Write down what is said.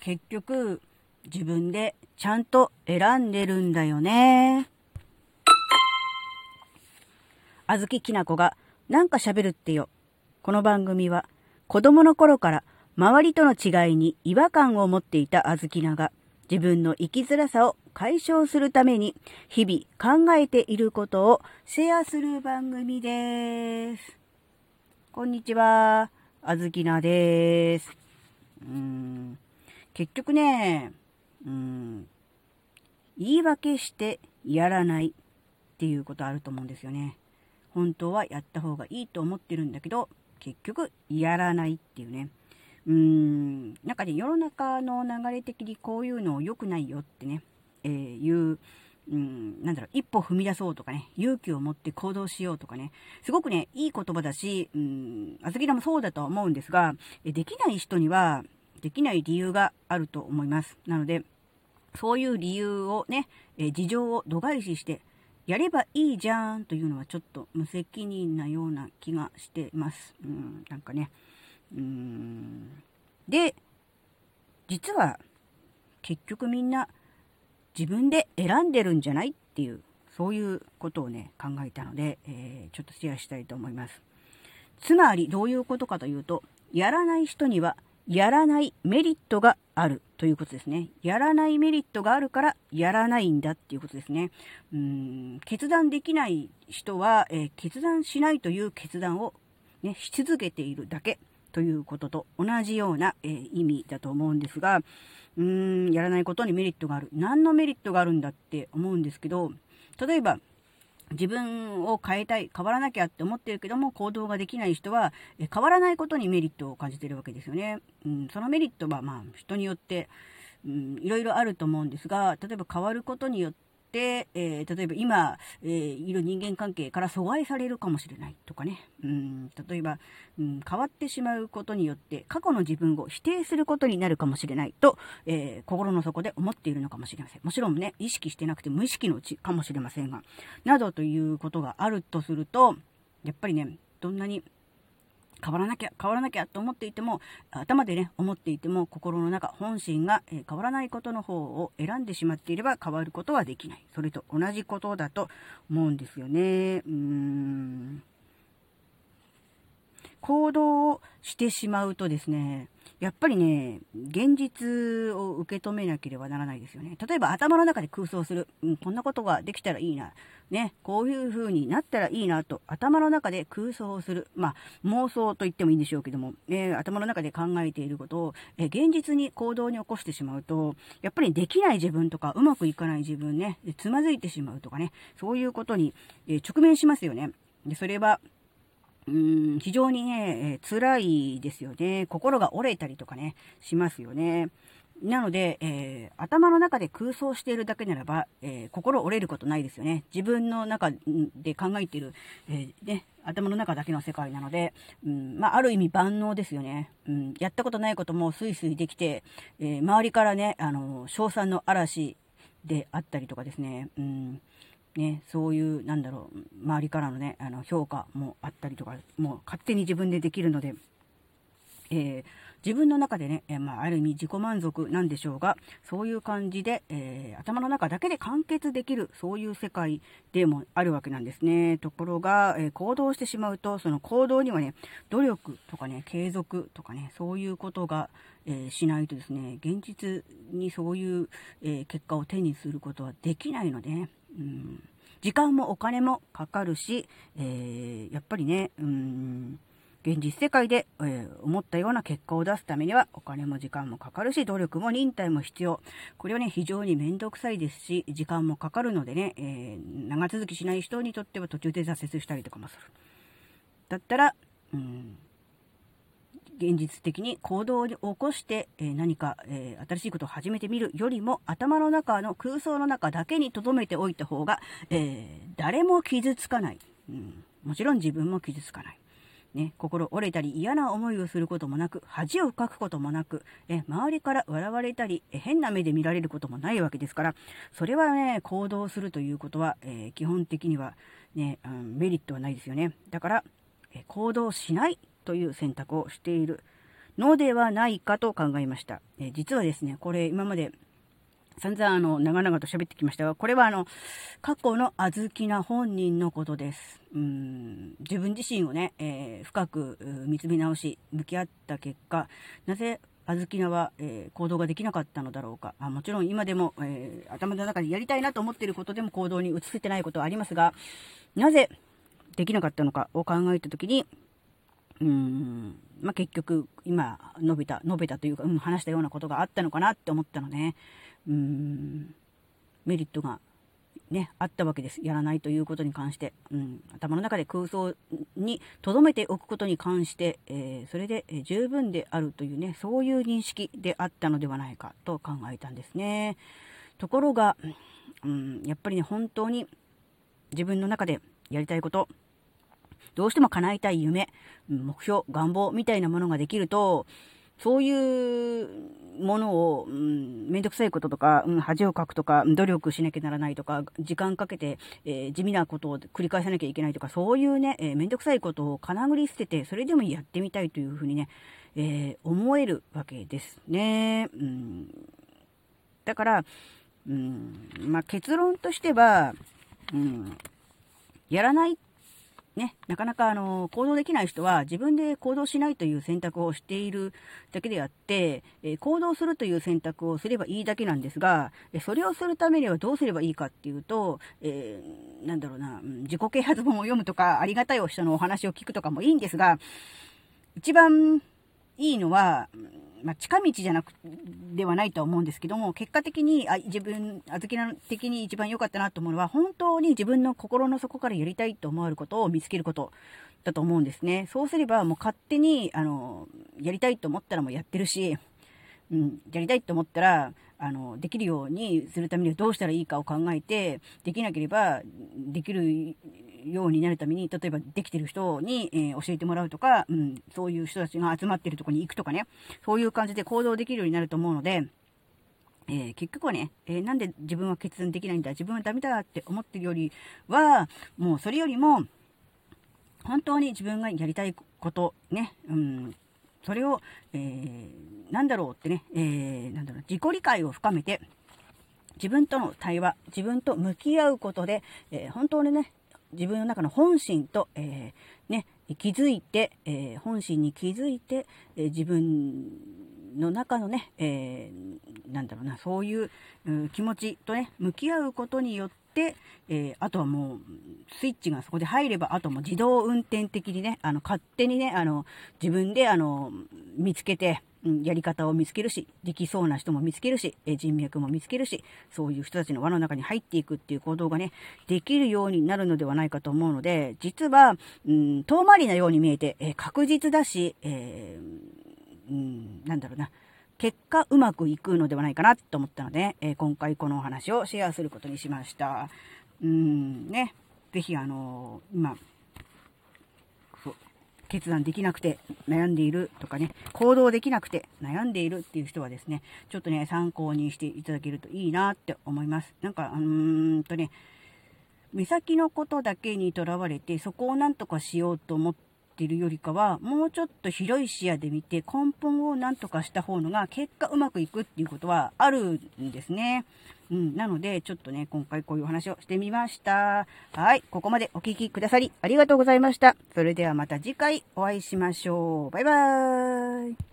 結局自分でちゃんと選んでるんだよね。あずききなこがなんか喋るってよ。この番組は子供の頃から周りとの違いに違和感を持っていたあずきなが自分の生きづらさを解消するために日々考えていることをシェアする番組です。こんにちは、あずきなです。結局ね、言い訳してやらないっていうことあると思うんですよね。本当はやった方がいいと思ってるんだけど、結局やらないっていうね。なんかね、世の中の流れ的にこういうの良くないよってね、一歩踏み出そうとかね、勇気を持って行動しようとかね、すごくね、いい言葉だし、あずきなもそうだとは思うんですが、できない人にはできない理由があると思います。なので、そういう理由をね、事情を度外視して、やればいいじゃんというのはちょっと無責任なような気がしてます。なんかね。で、実は結局みんな自分で選んでるんじゃないっていう、そういうことをね、考えたので、ちょっとシェアしたいと思います。つまりどういうことかというと、やらない人にはやらないメリットがあるということですね。やらないメリットがあるからやらないんだっていうことですね。決断できない人は、決断しないという決断を、ね、し続けているだけということと同じような、意味だと思うんですが、やらないことにメリットがある。何のメリットがあるんだって思うんですけど、例えば、自分を変えたい、変わらなきゃって思ってるけども行動ができない人は変わらないことにメリットを感じてるわけですよね。そのメリットは人によっていろいろあると思うんですが、例えば変わることによって、例えば今、いる人間関係から阻害されるかもしれないとかね。例えば、変わってしまうことによって過去の自分を否定することになるかもしれないと、心の底で思っているのかもしれません。もちろんね、意識してなくて無意識のうちかもしれませんが、などということがあるとすると、やっぱりね、どんなに変わらなきゃと思っていても、頭でね、思っていても、心の中、本心が、変わらないことの方を選んでしまっていれば変わることはできない。それと同じことだと思うんですよね。行動をしてしまうとですね、やっぱりね、現実を受け止めなければならないですよね。例えば頭の中で空想する。こんなことができたらいいな。ね、こういう風になったらいいなと頭の中で空想をする。妄想と言ってもいいんでしょうけども、頭の中で考えていることを、現実に行動に起こしてしまうと、やっぱりできない自分とかうまくいかない自分ね、つまずいてしまうとかね、そういうことに、直面しますよね。で、それは、非常にね、辛いですよね。心が折れたりとかね、しますよね。なので、頭の中で空想しているだけならば、心折れることないですよね。自分の中で考えている、頭の中だけの世界なので、ある意味万能ですよね。やったことないこともスイスイできて、周りからね、称賛の嵐であったりとかですね、そういう、周りからのね、評価もあったりとか、もう勝手に自分でできるので、自分の中でね、ある意味自己満足なんでしょうが、そういう感じで、頭の中だけで完結できる、そういう世界でもあるわけなんですね。ところが、行動してしまうと、その行動にはね、努力とかね、継続とかね、そういうことが、しないとですね、現実にそういう、結果を手にすることはできないのでね、時間もお金もかかるし、やっぱりね、現実世界で、思ったような結果を出すためにはお金も時間もかかるし、努力も忍耐も必要。これはね、非常にめんどくさいですし、時間もかかるのでね、長続きしない人にとっては途中で挫折したりとかもする。だったら、現実的に行動を起こして、何か、新しいことを始めてみるよりも頭の中の空想の中だけに留めておいた方が、誰も傷つかない、もちろん自分も傷つかない、心折れたり嫌な思いをすることもなく恥をかくこともなく、周りから笑われたり、変な目で見られることもないわけですから、それはね、行動するということは、基本的には、メリットはないですよね。だから、行動しないという選択をしているのではないかと考えました。実はですね、これ今まで散々長々と喋ってきましたが、これは過去のあずきな本人のことです。自分自身をね、深く見つめ直し、向き合った結果、なぜあずきなは、行動ができなかったのだろうか。もちろん今でも、頭の中でやりたいなと思っていることでも行動に移せてないことはありますが、なぜできなかったのかを考えたときに、結局今述べたというか、話したようなことがあったのかなって思ったので、メリットがね、あったわけです。やらないということに関して。頭の中で空想に留めておくことに関して、それで十分であるというね、そういう認識であったのではないかと考えたんですね。ところが、やっぱりね、本当に自分の中でやりたいこと、どうしても叶えたい夢、目標、願望みたいなものができると、そういうものを、めんどくさいこととか、恥をかくとか、努力しなきゃならないとか、時間かけて、地味なことを繰り返さなきゃいけないとか、そういうね、めんどくさいことをかなぐり捨てて、それでもやってみたいというふうにね、思えるわけですね。だから、結論としては、やらないね、なかなか行動できない人は自分で行動しないという選択をしているだけであって、行動するという選択をすればいいだけなんですが、それをするためにはどうすればいいかっていうと、自己啓発本を読むとか、ありがたい人のお話を聞くとかもいいんですが、一番いいのは、近道じゃなくではないと思うんですけども、結果的にあずきな的に一番良かったなと思うのは、本当に自分の心の底からやりたいと思えることを見つけることだと思うんですね。そうすればもう勝手にやりたいと思ったらもうやってるし、やりたいと思ったらできるようにするためにはどうしたらいいかを考えて、できなければできるようになるために、例えばできてる人に、教えてもらうとか、そういう人たちが集まってるところに行くとかね、そういう感じで行動できるようになると思うので、結局はね、なんで自分は決断できないんだ、自分はダメだって思ってるよりは、もうそれよりも本当に自分がやりたいことね、それを、ってね、自己理解を深めて、自分との対話、自分と向き合うことで、本当にね、自分の中の本心と、気づいて、本心に気づいて、自分の中のね、そういう、気持ちとね、向き合うことによって、あとはもう、スイッチがそこで入れば、あともう自動運転的にね、勝手にね、自分で、見つけて、やり方を見つけるし、できそうな人も見つけるし、人脈も見つけるし、そういう人たちの輪の中に入っていくっていう行動がね、できるようになるのではないかと思うので、実は、遠回りなように見えて、確実だし、結果うまくいくのではないかなと思ったので、今回このお話をシェアすることにしました。ぜひ今、決断できなくて悩んでいるとかね、行動できなくて悩んでいるっていう人はですね、ちょっとね、参考にしていただけるといいなって思います。目先のことだけにとらわれて、そこをなんとかしようと思っているよりかは、もうちょっと広い視野で見て、根本をなんとかした方のが結果うまくいくっていうことはあるんですね。なので、ちょっとね、今回こういうお話をしてみました。はい。ここまでお聞きくださりありがとうございました。それではまた次回お会いしましょう。バイバーイ。